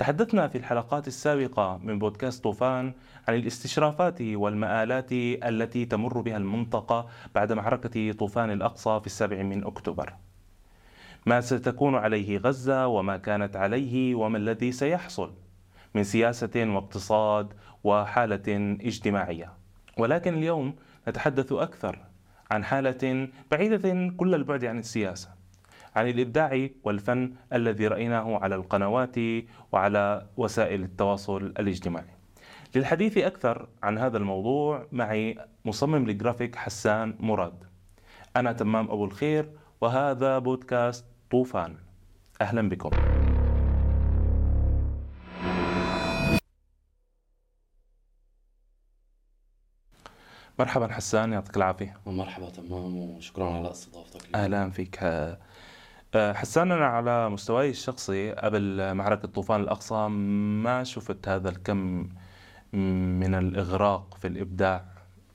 تحدثنا في الحلقات السابقة من بودكاست طوفان عن الاستشرافات والمآلات التي تمر بها المنطقة بعد معركة طوفان الأقصى في 7 أكتوبر. ما ستكون عليه غزة وما كانت عليه وما الذي سيحصل من سياسة واقتصاد وحالة اجتماعية. ولكن اليوم نتحدث أكثر عن حالة بعيدة كل البعد عن السياسة، عن الإبداع والفن الذي رأيناه على القنوات وعلى وسائل التواصل الاجتماعي. للحديث أكثر عن هذا الموضوع معي مصمم الجرافيك حسان مراد. أنا تمام أبو الخير وهذا بودكاست طوفان. أهلا بكم. مرحبا حسان، يعطيك العافية. مرحبا تمام، وشكرا على استضافتك لي. أهلا فيك حسان. أنا على مستواي الشخصي قبل معركة طوفان الأقصى ما شفت هذا الكم من الإغراق في الإبداع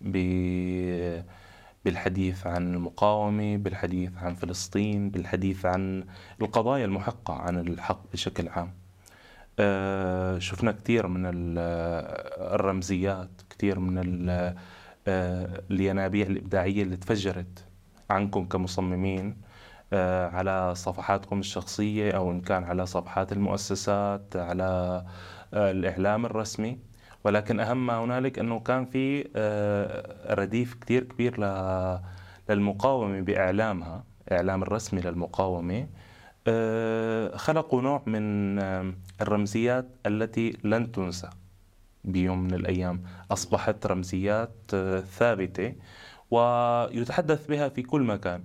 بالحديث عن المقاومة، بالحديث عن فلسطين، بالحديث عن القضايا المحقة، عن الحق بشكل عام. شفنا كثير من الرمزيات، كثير من الينابيع الإبداعية اللي تفجرت عنكم كمصممين على صفحاتكم الشخصية أو إن كان على صفحات المؤسسات، على الإعلام الرسمي. ولكن أهم ما هنالك أنه كان في رديف كتير كبير للمقاومة بإعلامها، إعلام الرسمي للمقاومة. خلقوا نوع من الرمزيات التي لن تنسى بيوم من الأيام، أصبحت رمزيات ثابتة ويتحدث بها في كل مكان.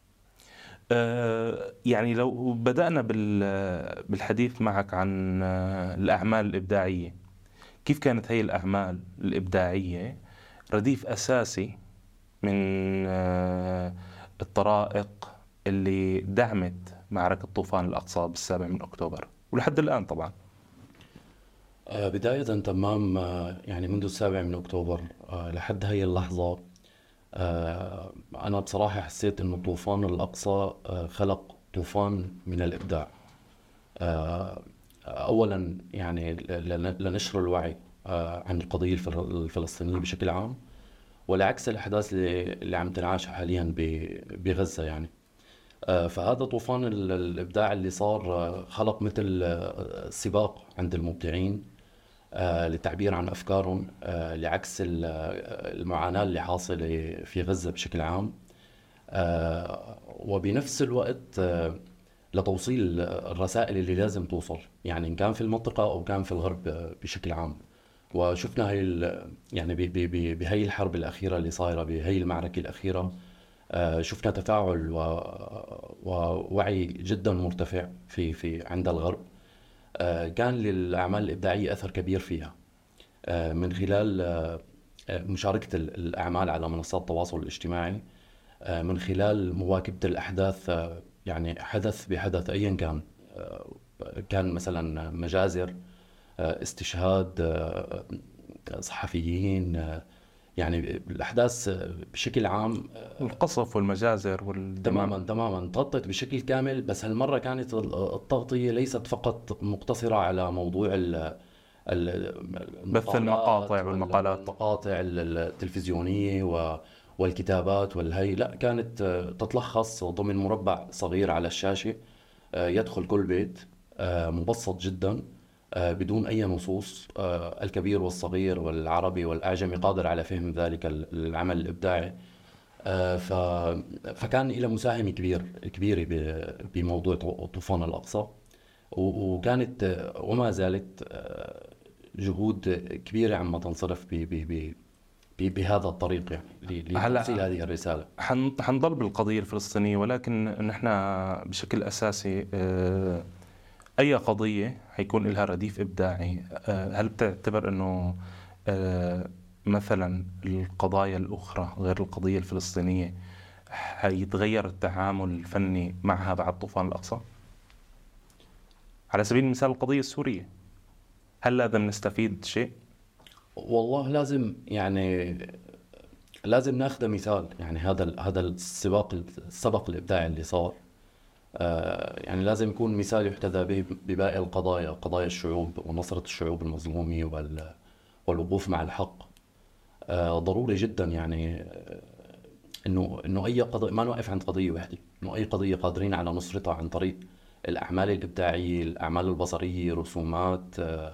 يعني لو بدأنا بالحديث معك عن الأعمال الإبداعية، كيف كانت هي الأعمال الإبداعية رديف أساسي من الطرائق اللي دعمت معركة طوفان الأقصى بال7 أكتوبر ولحد الآن طبعا؟ بداية تمام، يعني منذ 7 أكتوبر لحد هاي اللحظة، أنا بصراحة حسيت إنه طوفان الأقصى خلق طوفان من الإبداع. أولا يعني لنشر الوعي عن القضية الفلسطينية بشكل عام، ولعكس الأحداث اللي عم تنعاش حاليا بغزة يعني. فهذا طوفان الإبداع اللي صار خلق مثل سباق عند المبدعين للتعبير عن أفكارهم، لعكس المعاناة اللي حاصلة في غزة بشكل عام، وبنفس الوقت لتوصيل الرسائل اللي لازم توصل، يعني إن كان في المنطقة أو كان في الغرب بشكل عام. وشفنا يعني بهي الحرب الأخيرة اللي صايرة، بهي المعركة الأخيرة، شفنا تفاعل ووعي جدا مرتفع في عند الغرب. كان للأعمال الإبداعية أثر كبير فيها، من خلال مشاركة الأعمال على منصات التواصل الاجتماعي، من خلال مواكبة الأحداث، يعني حدث بحدث أيا كان مثلا مجازر، استشهاد صحفيين، يعني الأحداث بشكل عام، القصف والمجازر والدمار تماما تغطت بشكل كامل. بس هالمرة كانت التغطية ليست فقط مقتصرة على موضوع بث المقاطع والمقالات، المقاطع التلفزيونية والكتابات والهي، لا، كانت تتلخص ضمن مربع صغير على الشاشة، يدخل كل بيت، مبسط جدا، بدون أي نصوص. الكبير والصغير والعربي والأعجمي قادر على فهم ذلك العمل الإبداعي. فكان له مساهمة كبيرة بموضوع طوفان الأقصى، وكانت وما زالت جهود كبيرة عم تنصرف بهذا الطريق، يعني لتوصيل هذه الرسالة. حنضل بالقضية الفلسطينية، ولكن نحن بشكل أساسي أي قضية حيكون لها رديف إبداعي. هل بتعتبر أنه مثلا القضايا الأخرى غير القضية الفلسطينية هيتغير التعامل الفني معها بعد طوفان الأقصى؟ على سبيل المثال القضية السورية، هل لازم نستفيد شيء؟ والله لازم ناخذ مثال، يعني هذا السبق الإبداعي اللي صار، يعني لازم يكون مثال يحتذى به بباقي القضايا، قضايا الشعوب ونصرة الشعوب المظلومة والوقوف مع الحق. ضروري جدا يعني انه اي قضيه ما نوقف عند قضيه واحده، انه اي قضيه قادرين على نصرتها عن طريق الاعمال الابداعيه، الاعمال البصريه، رسومات،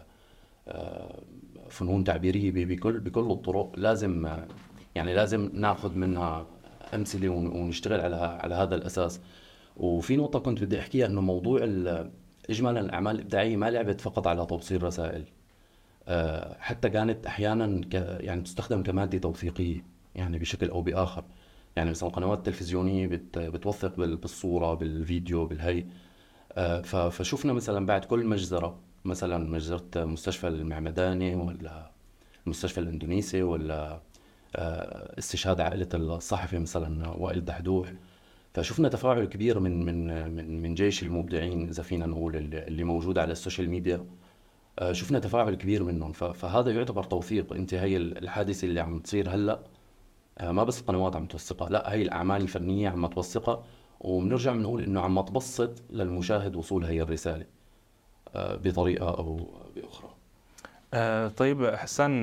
فنون تعبيريه، بكل الطرق. لازم يعني لازم ناخذ منها امثله ونشتغل على هذا الاساس. وفي نقطه كنت بدي احكيها، انه موضوع اجمالا الاعمال الابداعيه ما لعبت فقط على توصيل رسائل، حتى كانت احيانا يعني تستخدم كماده توثيقيه يعني بشكل او باخر. يعني مثلا القنوات التلفزيونيه بتوثق بالصوره بالفيديو بالهي. فشفنا مثلا بعد كل مجزره، مثلا مجزره مستشفى المعمداني ولا المستشفى الاندونيسي ولا استشهاد عائله الصحفي مثلا وائل دحدوح، فشفنا تفاعل كبير من جيش المبدعين اذا فينا نقول اللي موجود على السوشيال ميديا. شفنا تفاعل كبير منهم. فهذا يعتبر توثيق. انت هي الحادثه اللي عم تصير هلا، ما بس القنوات عم توثقها، لا هي الاعمال الفنيه عم توثقها، وبنرجع بنقول انه عم تبسط للمشاهد وصول هي الرساله بطريقه او باخرى. طيب حسان،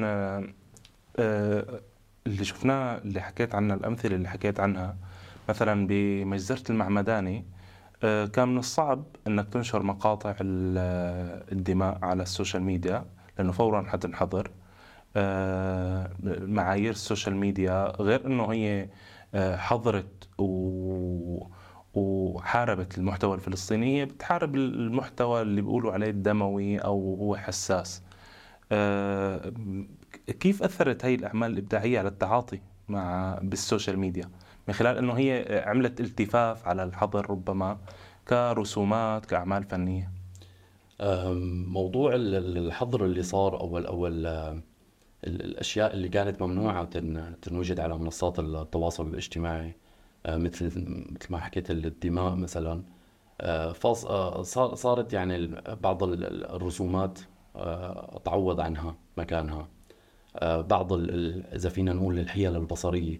اللي شفناه، اللي حكيت عنها، الأمثلة اللي حكيت عنها مثلا بمجزرة المعمداني، كان من الصعب أنك تنشر مقاطع الدماء على السوشيال ميديا، لأنه فورا حتنحظر. معايير السوشيال ميديا غير أنه هي حظرت وحاربت المحتوى الفلسطيني، هي بتحارب المحتوى اللي بيقولوا عليه الدموي أو هو حساس. آه، كيف أثرت هاي الأعمال الإبداعية على التعاطي بالسوشيال ميديا، من خلال أنه هي عملت التفاف على الحظر ربما كرسومات كأعمال فنية؟ موضوع الحظر اللي صار، او الاشياء اللي كانت ممنوعه تنوجد على منصات التواصل الاجتماعي، مثل ما حكيت الدماء مثلا. صارت يعني بعض الرسومات تعوض عنها مكانها. بعض إذا فينا نقول الحيل البصرية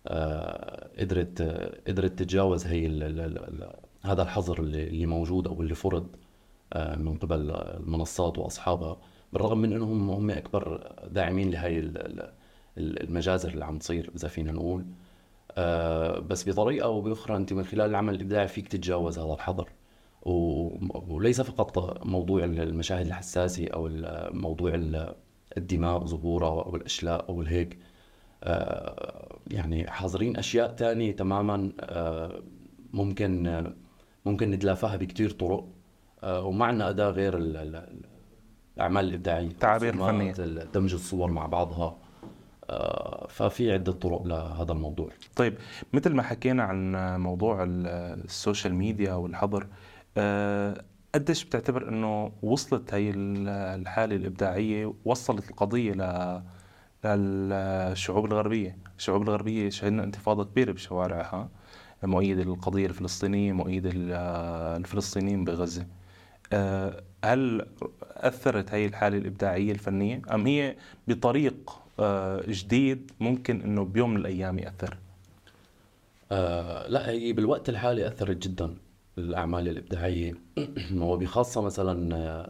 قدرت تتجاوز هي هذا الحظر اللي موجود أو اللي فرض من قبل المنصات وأصحابها، بالرغم من أنهم هم أكبر داعمين لهي المجازر اللي عم تصير إذا فينا نقول. بس بطريقة أو بأخرى أنت من خلال العمل الإبداعي فيك تتجاوز هذا الحظر. وليس فقط موضوع المشاهد الحساسة أو موضوع الدماء ظهورها أو الأشلاء أو الهيك. يعني حاضرين أشياء تانية تماما، ممكن نتلافاها بكتير طرق، ومعنا أداة غير الأعمال الإبداعية، التعابير الفنية، دمج الصور مع بعضها. ففي عدة طرق لهذا الموضوع. طيب، مثل ما حكينا عن موضوع السوشيال ميديا والحظر، قديش بتعتبر أنه وصلت هاي الحالة الإبداعية، وصلت القضية للشعوب الغربية؟ الشعوب الغربية شهدنا انتفاضة كبيرة بشوارعها مؤيدة للقضية الفلسطينية، مؤيدة للفلسطينيين بغزة. هل أثرت هاي الحالة الإبداعية الفنية، أم هي بطريق جديد ممكن أنه بيوم من الأيام يأثر؟ لا، هي بالوقت الحالي أثرت جدا الأعمال الإبداعية. وبخاصة مثلا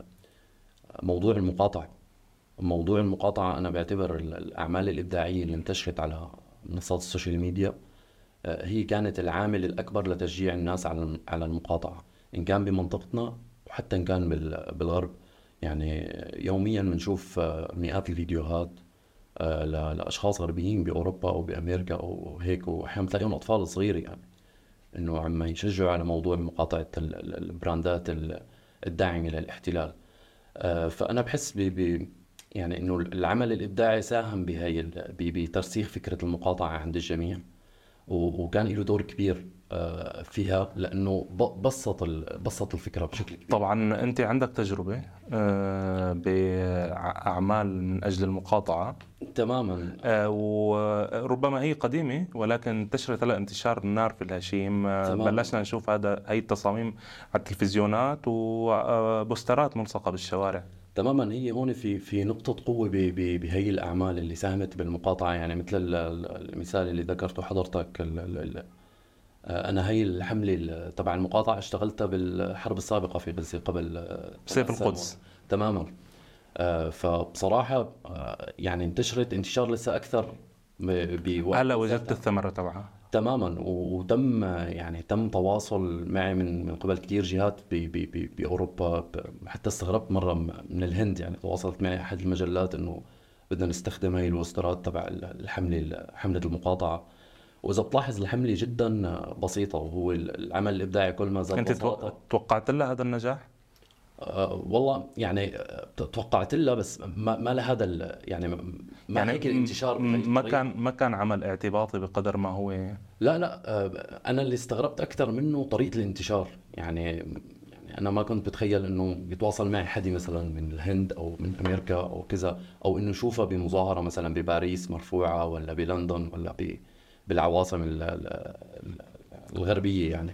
موضوع المقاطعة أنا بعتبر الأعمال الإبداعية اللي انتشرت على منصات السوشيال ميديا هي كانت العامل الأكبر لتشجيع الناس على المقاطعة، إن كان بمنطقتنا وحتى إن كان بالغرب. يعني يوميا بنشوف مئات الفيديوهات لأشخاص غربيين بأوروبا أو بأمريكا أو هيك، وأحيانا بتلاقيهم أطفال صغيرة يعني إنه عم يشجعوا على موضوع مقاطعة البراندات الداعمة للاحتلال. فأنا بحس يعني إنه العمل الإبداعي ساهم بترسيخ فكرة المقاطعة عند الجميع، وكان له دور كبير فيها، لأنه بسط الفكرة بشكل كبير. طبعا أنت عندك تجربة بأعمال من أجل المقاطعة تماما. وربما هي قديمة ولكن انتشرت هلا انتشار النار في الهشيم. بلشنا نشوف هاي التصاميم على التلفزيونات وبوسترات ملصقة بالشوارع. تماما. هي هون في نقطة قوة بهي الأعمال اللي ساهمت بالمقاطعة. يعني مثل المثال اللي ذكرته حضرتك، أنا هي الحملة تبع المقاطعة اشتغلتها بالحرب السابقة في غزة قبل سيف 3 سنوات. القدس. تماما. فبصراحة يعني انتشرت انتشار لسه أكثر بوقت هلا وجدت ذاتها. الثمرة تبعها. تماما. وتم يعني تم تواصل معي من قبل كتير جهات بأوروبا. حتى استغربت مرة من الهند، يعني تواصلت معي أحد المجلات إنه بدنا نستخدم هاي الوسترات تبع حملة المقاطعة. وإذا بتلاحظ الحملة جدا بسيطة، وهو العمل الإبداعي كل ما زاد أنت بساطة. توقعت لها هذا النجاح؟ والله يعني توقعت لها، بس ما لهذا يعني ما يعني هيك الانتشار بهي ما الطريقة. كان عمل اعتباطي بقدر ما هو. لا، انا اللي استغربت اكثر منه طريقه الانتشار. يعني انا ما كنت بتخيل انه يتواصل معي حد مثلا من الهند او من امريكا او كذا، او انه اشوفها بمظاهره مثلا بباريس مرفوعه، ولا بلندن، ولا بالعواصم الغربيه يعني.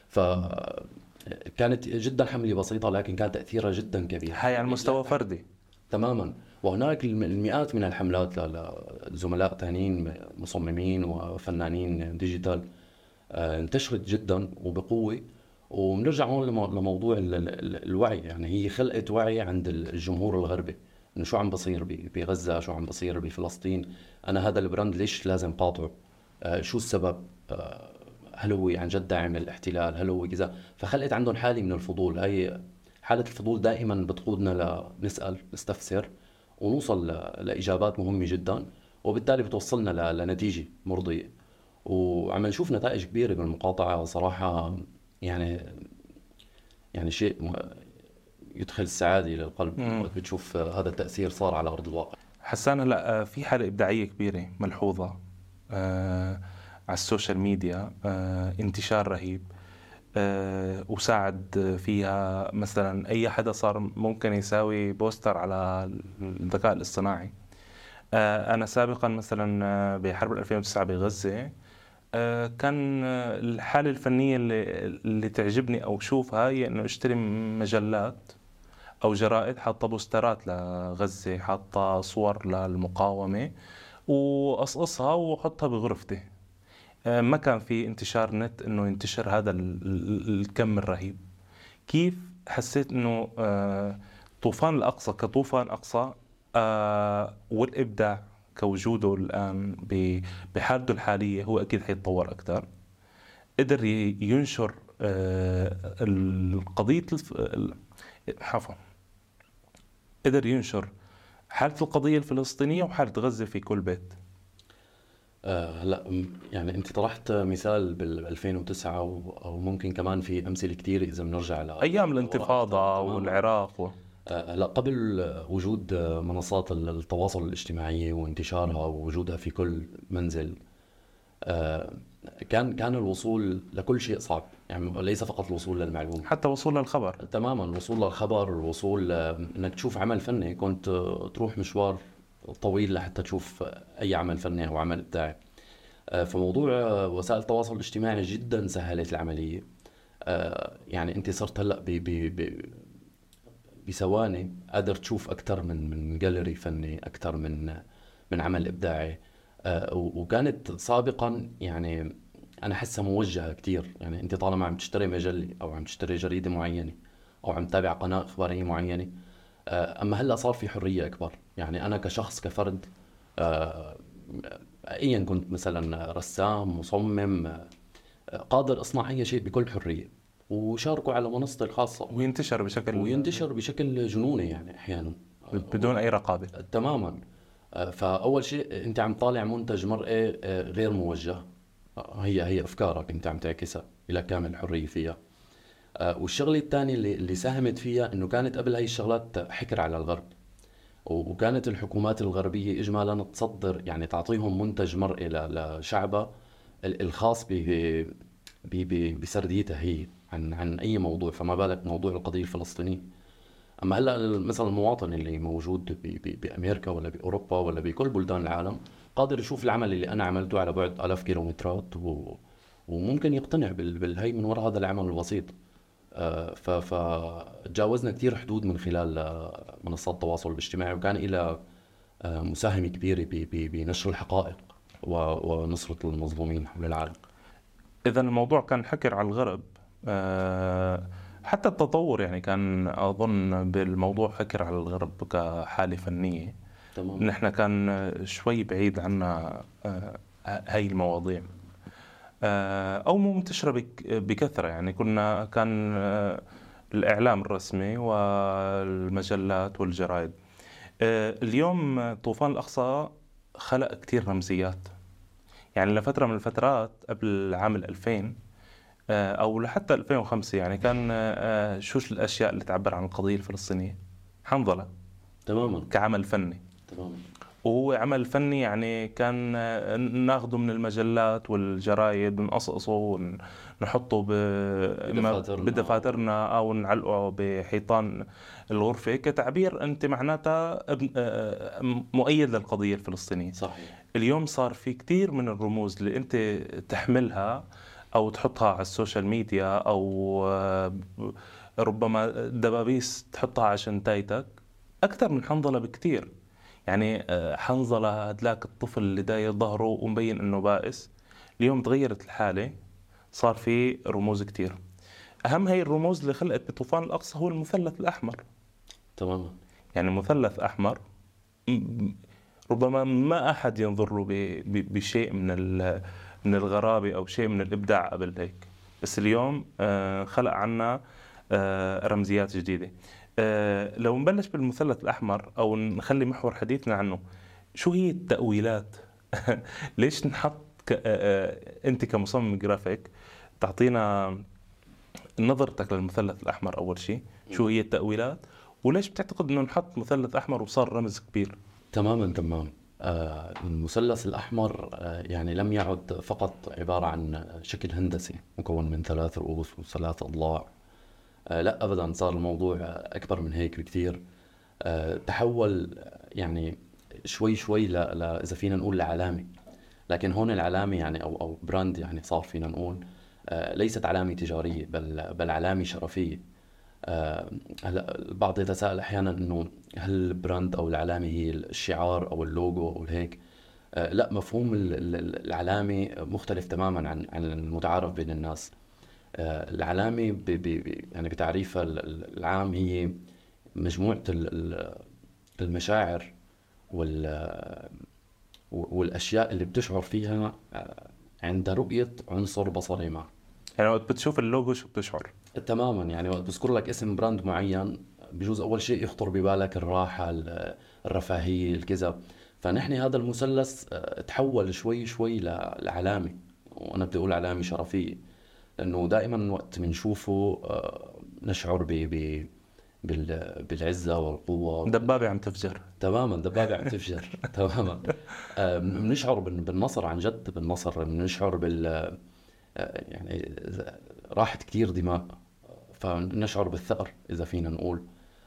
فكانت جدا حمله بسيطه، لكن كان تاثيرها جدا كبير. هاي على المستوى فردي. تماما. وهناك المئات من الحملات لزملاء ثانيين مصممين وفنانين ديجيتال انتشرت جدا وبقوة. وبنرجع هون لموضوع الوعي. يعني هي خلقت وعي عند الجمهور الغربي انه شو عم بصير بغزة، شو عم بصير بفلسطين. انا هذا البراند ليش لازم قاطعه؟ شو السبب؟ هل هو عن جد داعم للاحتلال؟ هل هو كذا؟ فخلقت عندهم حالة من الفضول. هي حالة الفضول دائما بتقودنا لنسأل، نستفسر، ونوصل لإجابات مهمة جدا، وبالتالي بتوصلنا لنتيجة مرضية. وعم نشوف نتائج كبيرة بالمقاطعة صراحة. يعني يعني شيء يدخل السعادة للقلب وقت بتشوف هذا التأثير صار على أرض الواقع. حسان هلا في حالة إبداعية كبيرة ملحوظة على السوشيال ميديا، انتشار رهيب. وساعد فيها مثلا أي حدا صار ممكن يساوي بوستر على الذكاء الاصطناعي. أنا سابقا مثلا بحرب 2009 بغزة، كان الحالة الفنية اللي تعجبني أو شوفها هي إنه اشتري مجلات أو جرائد حاطة بوسترات لغزة، حاطة صور للمقاومة، وأصقصها وحطها بغرفتي. ما كان في انتشار نت إنه ينتشر هذا الكم الرهيب. كيف حسيت إنه طوفان الأقصى كطوفان أقصى، والإبداع كوجوده الآن بحالته الحالية، هو أكيد حيتطور أكثر، قدر ينشر القضية عفوا قدر ينشر حالة القضية الفلسطينية وحالة غزة في كل بيت. هلا يعني انت طرحت مثال بال 2009، او ممكن كمان في امثله كثيره اذا بنرجع أيام الانتفاضة والعراق هلا قبل وجود منصات التواصل الاجتماعي وانتشارها ووجودها في كل منزل، آه، كان الوصول لكل شيء صعب. يعني ليس فقط الوصول للمعلومة، حتى وصول للخبر. تماما. الوصول للخبر، الوصول انك تشوف عمل فني. كنت تروح مشوار طويل لحتى تشوف اي عمل فني او عمل ابداعي. فموضوع وسائل التواصل الاجتماعي جدا سهلت العملية. يعني انت صرت هلا بثواني قادر تشوف اكثر من جاليري فني، اكثر من عمل ابداعي. وكانت سابقا يعني انا احسها موجهه كتير. يعني انت طالما عم تشتري مجله او عم تشتري جريده معينه او عم تتابع قناه اخباريه معينه، اما هلا صار في حريه اكبر. يعني انا كشخص كفرد، آه، ايا كنت مثلا رسام، مصمم، قادر اصنع اي شيء بكل حريه وشاركه على منصتي الخاصه، وينتشر بشكل جنوني يعني احيانا بدون أي رقابة. تماما. فاول شيء انت عم طالع منتج مرئي غير موجه. هي افكارك انت عم تعكسها الى كامل الحريه فيها. والشغله الثانيه اللي ساهمت فيها انه كانت قبل هاي الشغلات حكر على الغرب، وكانت الحكومات الغربيه اجمالا تصدر، يعني تعطيهم منتج مرئي لشعبها الخاص بسرديتها هي عن اي موضوع، فما بالك موضوع القضيه الفلسطينيه. اما هلا مثلا المواطن اللي موجود بامريكا ولا باوروبا ولا بكل بلدان العالم قادر يشوف العمل اللي انا عملته على بعد آلاف كيلومترات، وممكن يقتنع بالهي من وراء هذا العمل البسيط. فتجاوزنا كثير حدود من خلال منصات التواصل الاجتماعي، وكان إلى مساهمة كبيرة بنشر الحقائق ونصرة المظلومين حول العالم. إذا الموضوع كان حكر على الغرب، حتى التطور يعني كان أظن بالموضوع حكر على الغرب كحالة فنية. تمام. نحن كان شوي بعيد عنا هاي المواضيع، أو مو منتشرة بكثرة. يعني كان الإعلام الرسمي والمجلات والجرائد. اليوم طوفان الأقصى خلق كتير رمزيات. يعني لفترة من الفترات قبل عام 2000 أو لحتى 2005 يعني كان شو الأشياء اللي تعبر عن القضية الفلسطينية؟ حنظلة تماما. كعمل فني. تماما. وهو عمل فني يعني كان ناخده من المجلات والجرايد ونقصقصه ونحطه بدفاترنا أو نعلقه بحيطان الغرفة كتعبير أنت معناتها مؤيد للقضية الفلسطينية. صحيح. اليوم صار في كتير من الرموز اللي أنت تحملها أو تحطها على السوشيال ميديا، أو ربما دبابيس تحطها على شنتايتك أكثر من حنظلة بكتير. يعني حنظلة هدلاك الطفل اللي داير ظهره ومبين إنه بائس، اليوم تغيرت الحالة، صار في رموز كتير. أهم هاي الرموز اللي خلقت بطوفان الأقصى هو المثلث الأحمر. تماما. يعني مثلث أحمر ربما ما أحد ينظر له بشيء من الغرابة أو شيء من الإبداع قبل هيك، بس اليوم خلق عنا رمزيات جديدة. لو نبلش بالمثلث الأحمر أو نخلي محور حديثنا عنه، شو هي التأويلات؟ ليش نحط أنت كمصمم جرافيك تعطينا نظرتك للمثلث الأحمر أول شيء؟ شو هي التأويلات؟ وليش بتعتقد أنه نحط مثلث أحمر وصار رمز كبير؟ تماما. المثلث الأحمر يعني لم يعد فقط عبارة عن شكل هندسي مكون من 3 رؤوس و3 أضلاع. لا أبدا، صار الموضوع أكبر من هيك بكتير. تحول يعني شوي إذا فينا نقول لعلامة. لكن هون العلامة يعني أو براند، يعني صار فينا نقول ليست علامة تجارية بل علامة شرفية. هلا البعض يتساءل أحيانا إنه هل البراند أو العلامة هي الشعار أو اللوجو أو هيك؟ لا، مفهوم العلامة مختلف تماما عن المتعارف بين الناس. العلامة يعني بتعريفها العام هي مجموعة المشاعر والأشياء اللي بتشعر فيها عند رؤية عنصر بصري ما. يعني وقت بتشوف اللوجو شو بتشعر؟ تماما. يعني وقت بذكر لك اسم براند معين بجوز أول شيء يخطر ببالك الراحة، الرفاهية، الكذا. فنحن هذا المثلث تحول شوي لعلامة، وأنا بدي أقول علامة شرفية، لأنه دائما وقت بنشوفه نشعر بالعزة والقوة. دبابة عم تفجر. تماما، دبابة عم تفجر. تماما. بنشعر بالنصر، عن جد بالنصر. بنشعر يعني راحت كتير دماء، فنشعر بالثأر إذا فينا نقول.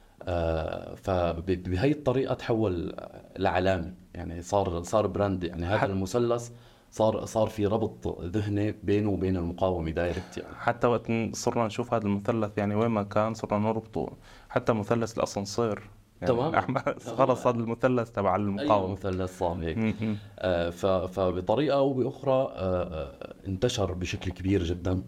فبهي الطريقة تحول لعلامة، يعني صار براند. يعني هذا المثلث صار في ربط ذهني بينه وبين المقاومة دايركت. يعني حتى وقت صرنا نشوف هذا المثلث يعني وين ما كان صرنا نربطه، حتى مثلث الأسانسير يعني تمام. خلص هذا المثلث تبع المقاومة. أي مثلث صار هيك. فبطريقة أو بأخرى انتشر بشكل كبير جدا.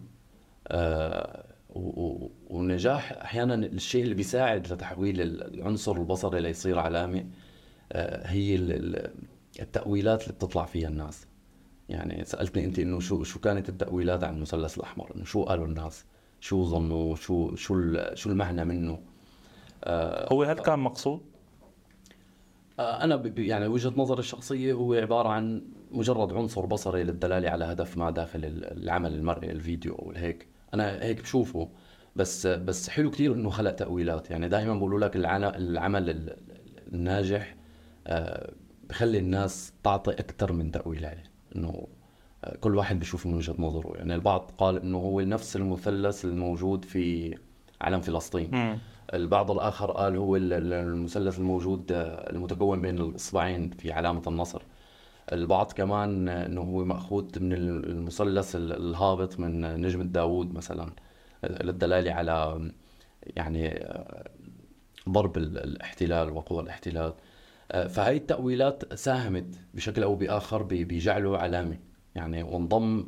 ونجاح أحيانا الشيء اللي بيساعد لتحويل العنصر البصري ليصير علامة هي التأويلات اللي بتطلع فيها الناس. يعني سألتني أنت إنه شو كانت التأويلات عن المثلث الأحمر، إنه شو قالوا الناس، شو ظنوا، شو المعنى منه. هو هل كان مقصود؟ أنا يعني وجهة نظري الشخصية هو عبارة عن مجرد عنصر بصري للدلالة على هدف ما داخل العمل المرئي، الفيديو أو هيك. أنا هيك بشوفه. بس حلو كتير إنه خلق تأويلات. يعني دائما بقولوا لك العمل الناجح بخلي الناس تعطي أكثر من تأويل عليه، إنه كل واحد بيشوف من وجهة نظره. يعني البعض قال إنه هو نفس المثلث الموجود في علم فلسطين. البعض الآخر قال هو المثلث الموجود المتكون بين الإصبعين في علامة النصر. البعض كمان إنه هو مأخوذ من المثلث الهابط من نجم داوود مثلا، للدلالة على يعني ضرب الاحتلال وقوى الاحتلال. فهي التأويلات ساهمت بشكل أو بآخر بجعله علامة يعني، وانضم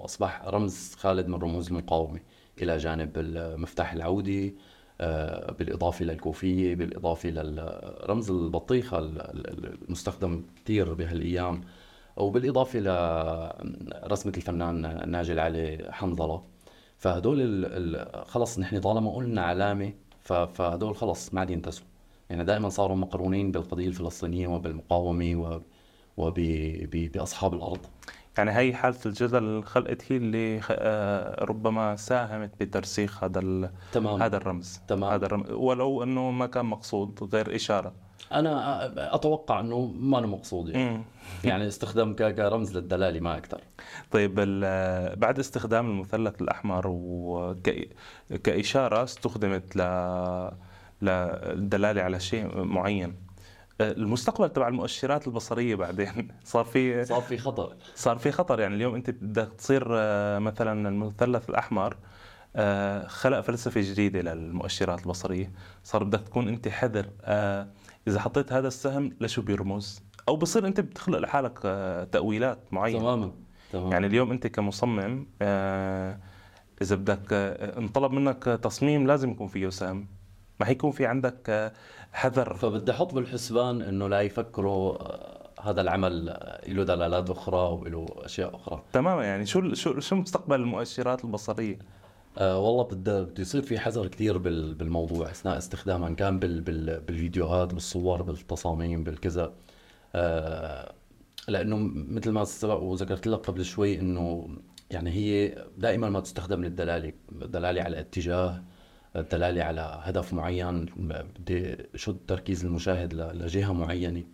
وأصبح رمز خالد من رموز المقاومة، إلى جانب المفتاح العودي، بالإضافة للكوفية، بالإضافة لرمز البطيخة المستخدم كتير بهالأيام، وبالإضافة لرسمة الفنان ناجي العلي حنظلة. فهدول خلص نحن طالما قلنا علامة فهدول خلص ما عاد ينتسوا. يعني دائما صاروا مقرونين بالقضية الفلسطينية وبالمقاومة بأصحاب الأرض. يعني هي حالة الجدل خلقت هي اللي ربما ساهمت بترسيخ تمام هذا الرمز. تمام. هذا الرمز ولو أنه ما كان مقصود، غير إشارة. أنا أتوقع أنه ما أنا مقصود يعني استخدام كرمز للدلالة ما أكثر. طيب بعد استخدام المثلث الأحمر كإشارة استخدمت للدلالة على شيء معين، المستقبل تبع المؤشرات البصرية بعدين صار في خطر. صار في خطر. يعني اليوم أنت بدك تصير مثلا المثلث الأحمر خلق فلسفة جديدة للمؤشرات البصرية. صار بدك تكون أنت حذر إذا حطيت هذا السهم لشو بيرمز، أو بصير أنت بتخلق لحالك تأويلات معينة. تمام. يعني اليوم أنت كمصمم إذا بدك انطلب منك تصميم لازم يكون فيه سهم، ما هيكون في عندك حذر. فبدي أحط بالحسبان إنه لا يفكروا هذا العمل له دلالات أخرى وله أشياء أخرى. تماما. يعني شو مستقبل المؤشرات البصرية؟ والله بده يصير في حذر كتير بالموضوع أثناء استخدامها، إن كان بالفيديوهات، بالصور، بالتصاميم، بالكذا. لأنه مثل ما سبق وذكرت لك قبل شوي إنه يعني هي دائما ما تستخدم للدلالة، الدلالة على اتجاه، الدلالة على هدف معين، بدي شد تركيز المشاهد لجهة معينة.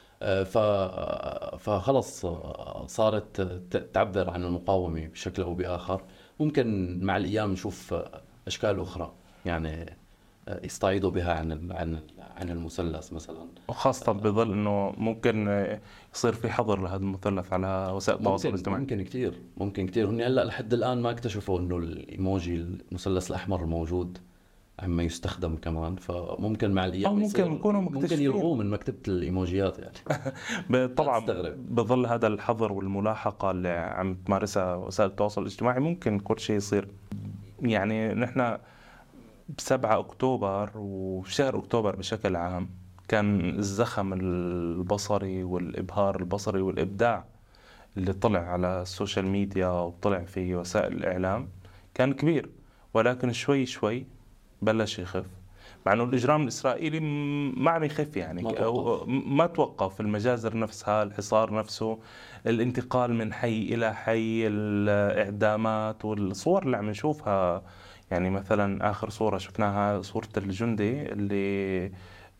فخلص صارت تعبر عن المقاومة بشكل أو بآخر. ممكن مع الأيام نشوف أشكال أخرى يعني يستعيضوا بها عن المثلث مثلا، وخاصة بظل أنه ممكن يصير في حظر لهذا المثلث على وسائل التواصل الاجتماعي. ممكن كتير. هن هلا لحد الآن ما اكتشفوا إنه الإيموجي المثلث الأحمر الموجود عم يستخدم كمان، فممكن مع الأيام ممكن يلغوه من مكتبة الإيموجيات يعني. طبعا بظل هذا الحظر والملاحقة اللي عم تمارسها وسائل التواصل الاجتماعي ممكن كل شيء يصير. يعني نحن ب7 أكتوبر وشهر أكتوبر بشكل عام كان الزخم البصري والإبهار البصري والإبداع اللي طلع على السوشيال ميديا وطلع في وسائل الإعلام كان كبير، ولكن شوي شوي بلش يخف. مع أنه الإجرام الإسرائيلي ما عم يخف، يعني ما توقف. المجازر نفسها، الحصار نفسه، الانتقال من حي إلى حي، الإعدامات والصور اللي عم نشوفها. يعني مثلا آخر صورة شفناها صورة الجندي اللي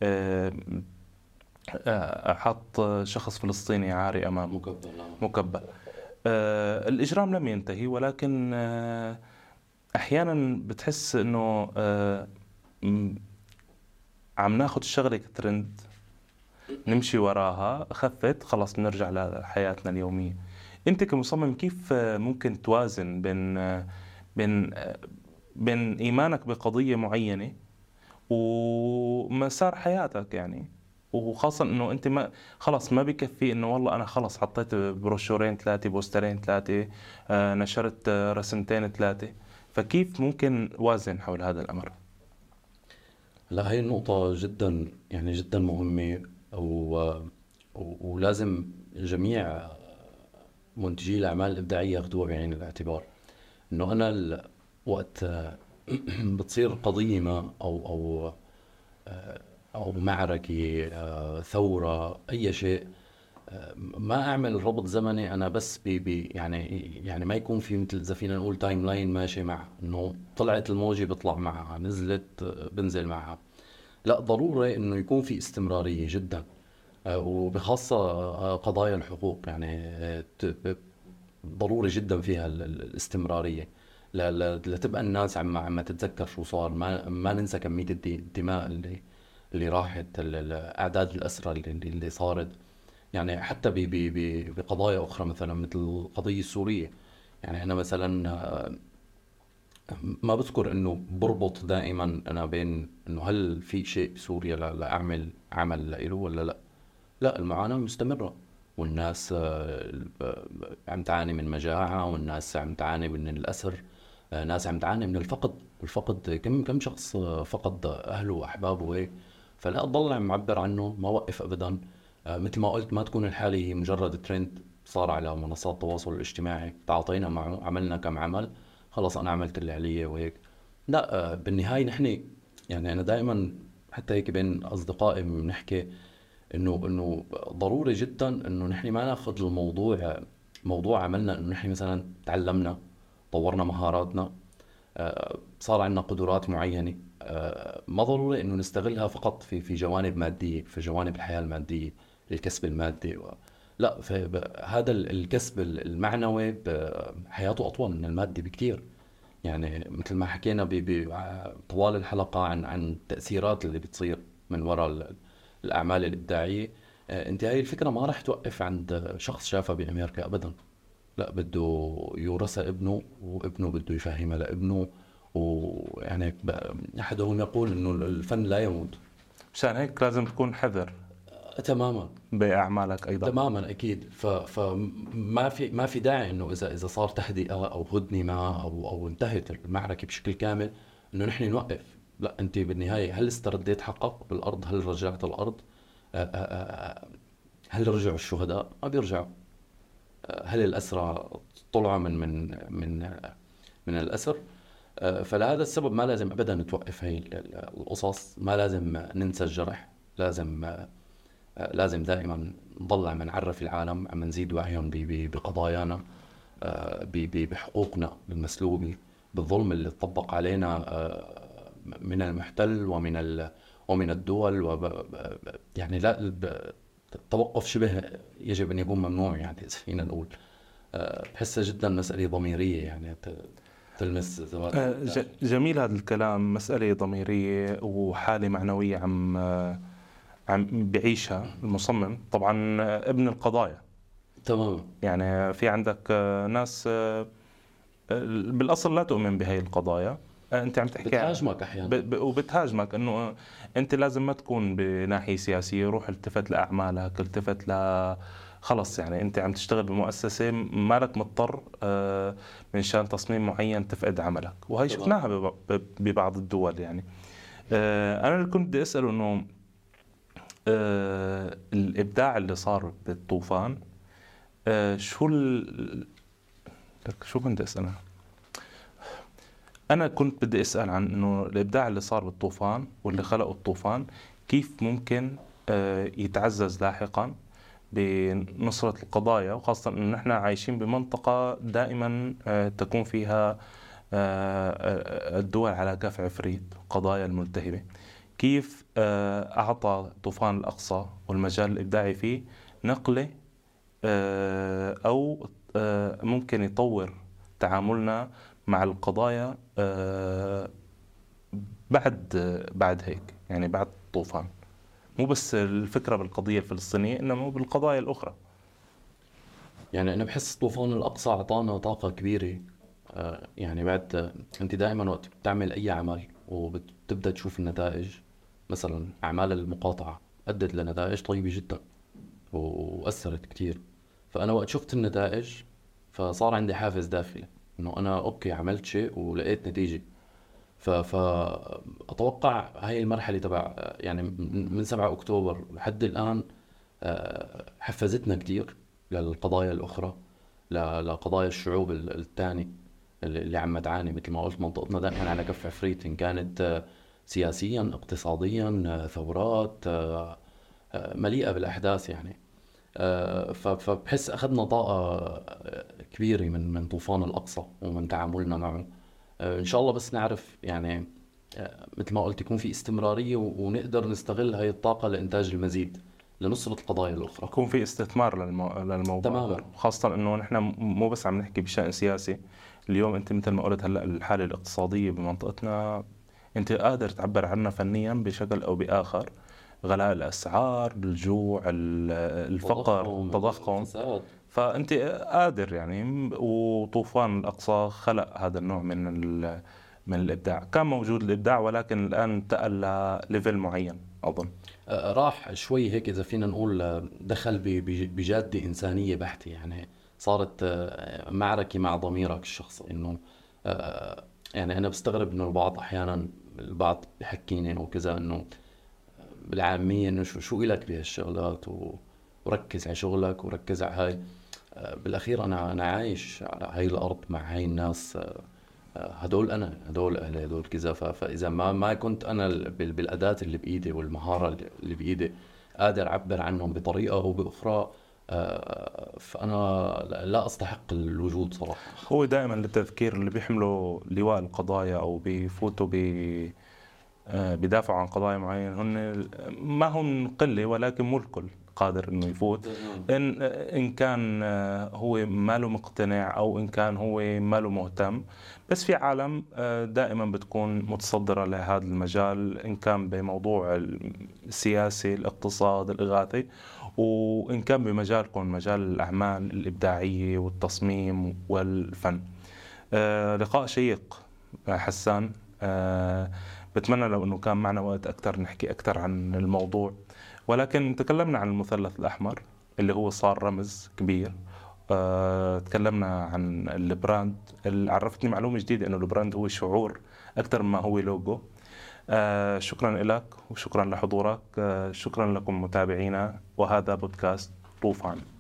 حط شخص فلسطيني عاري أمامه مكبل. الإجرام لم ينتهي، ولكن أحيانا بتحس أنه عم ناخد الشغلة كترند نمشي وراها، خفت خلاص بنرجع لحياتنا اليومية. أنت كمصمم كيف ممكن توازن بين إيمانك بقضية معينة ومسار حياتك؟ يعني وخاصة إنه أنت خلاص ما بكفي إنه والله أنا خلاص حطيت بروشورين 3، بوسترين 3، نشرت رسمتين 3. فكيف ممكن وازن حول هذا الأمر؟ لا، هي النقطة جدا يعني جدا مهمة، ولازم جميع منتجي الأعمال الإبداعية ياخدوها بعين الاعتبار. إنه أنا وقت بتصير قضية ما أو معركة، ثورة، أي شيء، ما أعمل ربط زمني أنا بس يعني ما يكون في مثل إذا فينا نقول تايم لاين ماشي معها، إنه طلعت الموجة بطلع معها، نزلت بنزل معها. لا، ضروري إنه يكون في استمرارية جدا، وبخاصة قضايا الحقوق يعني ضروري جدا فيها الاستمرارية، لتبقى الناس عم تتذكر شو صار. ما ننسى كمية الدماء اللي راحت، أعداد الأسرى اللي صارت. يعني حتى بقضايا أخرى مثلا مثل القضية السورية. يعني أنا مثلا ما بذكر إنه بربط دائما أنا بين إنه هل في شيء بسوريا لأعمل عمل له ولا لا. لا، المعاناة مستمرة والناس عم تعاني من مجاعة، والناس عم تعاني من الأسر، ناس عم تعاني من الفقد. كم شخص فقد أهله وأحبابه وهيك. فلا أضل عم معبر عنه، ما وقف أبدا. مثل ما قلت، ما تكون الحالة هي مجرد ترند صار على منصات التواصل الاجتماعي، تعاطينا معه، عملنا كم عمل، خلص أنا عملت اللي علي وهيك. لا، بالنهاية نحن يعني أنا دائما حتى هيك بين أصدقائي بنحكي إنه ضروري جدا إنه نحن ما ناخذ الموضوع موضوع عملنا، إنه نحن مثلا تعلمنا، طورنا مهاراتنا، صار عندنا قدرات معينة، ما ضروري إنه نستغلها فقط في جوانب مادية، في جوانب الحياة المادية، الكسب المادي لا، هذا الكسب المعنوي حياته أطول من المادي بكتير. يعني مثل ما حكينا طوال الحلقة عن التأثيرات اللي بتصير من وراء الأعمال الإبداعية. انت هاي الفكرة ما راح توقف عند شخص شافها بأمريكا أبدا، لا، بده يورثها ابنه، وابنه بده يفهمها لابنه. ويعني أحدهم يقول إنه الفن لا يموت. مشان هيك لازم تكون حذر تماما بأعمالك أيضا. تماما أكيد. فما في داعي إنه إذا صار تهدئة أو هدنة ما أو انتهت المعركة بشكل كامل إنه نحن نوقف. لا، أنت بالنهاية هل استرديت حقك بالأرض؟ هل رجعت الأرض؟ هل رجعوا الشهداء؟ ما بيرجعوا. هل الأسرى طلعوا من الأسر؟ فلهذا السبب ما لازم أبدا توقف هاي القصص، ما لازم ننسى الجرح. لازم دائما نضل عم نعرف العالم، عم نزيد وعيهم بقضايانا، بحقوقنا المسلوبة، بالظلم اللي تطبق علينا من المحتل ومن الدول. يعني لا، التوقف شبه يجب أن يكون ممنوع، يعني إذا فينا نقول. بحسها جدا مسألة ضميرية، يعني تلمس جميل هذا الكلام. مسألة ضميرية وحالة معنوية عم بعيشها المصمم، طبعا ابن القضايا. تمام. يعني في عندك ناس بالأصل لا تؤمن بهاي القضايا، أنت عم تحكي بتهاجمك أحيانا وبتهاجمك إنه أنت لازم ما تكون بناحية سياسية، روح التفت لأعمالك، التفت خلص. يعني أنت عم تشتغل بمؤسسة، مالك مضطر من شان تصميم معين تفقد عملك. وهي شفناها ببعض الدول. يعني أنا اللي كنت بدي أسأله إنه الإبداع اللي صار بالطوفان، شو كنت أسأله؟ أنا كنت بدي أسأل عن إنه الإبداع اللي صار بالطوفان واللي خلقه الطوفان كيف ممكن يتعزز لاحقا بنصرة القضايا، وخاصة إنه نحن عايشين بمنطقة دائما تكون فيها الدول على كف عفريت قضايا الملتهبة. كيف أعطى طوفان الأقصى والمجال الإبداعي فيه نقلة، أو ممكن يطور تعاملنا مع القضايا بعد هيك، يعني بعد الطوفان، مو بس الفكرة بالقضية الفلسطينية إنما بالقضايا الأخرى. يعني أنا بحس طوفان الأقصى أعطانا طاقة كبيرة. يعني بعد أنت دائما وقت بتعمل أي عمل وبتبدأ تشوف النتائج، مثلا أعمال المقاطعة أدت لنتائج طيبة جدا وأثرت كتير. فأنا وقت شفت النتائج فصار عندي حافز داخلي إنه أنا أوكي عملت شيء ولقيت نتيجة. فأتوقع هاي المرحلة تبع يعني من 7 أكتوبر لحد الآن حفزتنا كتير للقضايا الأخرى، لقضايا الشعوب الثاني اللي عم تعاني. مثل ما قلت منطقتنا دائما على كف عفريت، إن كانت سياسيا، اقتصاديا، ثورات مليئة بالأحداث يعني. فبحس أخذنا طاقة كبيرة من طوفان الأقصى ومن تعاملنا معه. إن شاء الله بس نعرف يعني مثل ما قلت يكون في استمرارية ونقدر نستغل هاي الطاقة لإنتاج المزيد لنصرة القضايا الأخرى. يكون في استثمار للموضوع تماما. خاصة إنه نحن مو بس عم نحكي بشأن سياسي. اليوم أنت مثل ما قلت هلأ الحالة الاقتصادية بمنطقتنا أنت قادر تعبر عنها فنيا بشكل أو بآخر. غلاء الأسعار، الجوع، الفقر، التضخم. فأنت قادر يعني. وطوفان الأقصى خلق هذا النوع من الإبداع. كان موجود الإبداع ولكن الآن انتقل لليفل معين. أظن. راح شوي هيك إذا فينا نقول دخل بجادة إنسانية بحتة، يعني صارت معركة مع ضميرك الشخصي. إنه يعني أنا بستغرب إنه البعض أحيانا البعض بحكيني وكذا إنه بالعامية إنه شو إلك بهالشغلات وركز على شغلك وركز على هاي. بالأخير أنا عايش على هاي الأرض مع هاي الناس، هدول أنا، هدول أهلي، هدول كذا. فإذا ما كنت أنا بالأداة اللي بإيدي والمهارة اللي بإيدي قادر أعبر عنهم بطريقة أو بأخرى، فأنا لا أستحق الوجود صراحة. هو دائما للتذكير اللي بيحملوا لواء القضايا أو بيفوتوا بدافعوا عن قضايا معينة، هن ما هم قلة ولكن مو الكل قادر إنه يفوت. إن كان هو ماله مقتنع أو إن كان هو ماله مهتم. بس في عالم دائما بتكون متصدرة لهذا المجال، إن كان بموضوع السياسي، الاقتصاد، الإغاثي، وإن كان بمجالكم مجال الأعمال الإبداعية والتصميم والفن. لقاء شيق حسان. بتمنى لو أنه كان معنا وقت أكثر نحكي أكثر عن الموضوع، ولكن تكلمنا عن المثلث الأحمر اللي هو صار رمز كبير. تكلمنا عن البراند اللي عرفتني معلومة جديدة أنه البراند هو شعور أكثر ما هو لوجو. شكرا لك وشكرا لحضورك. شكرا لكم متابعينا، وهذا بودكاست طوفان.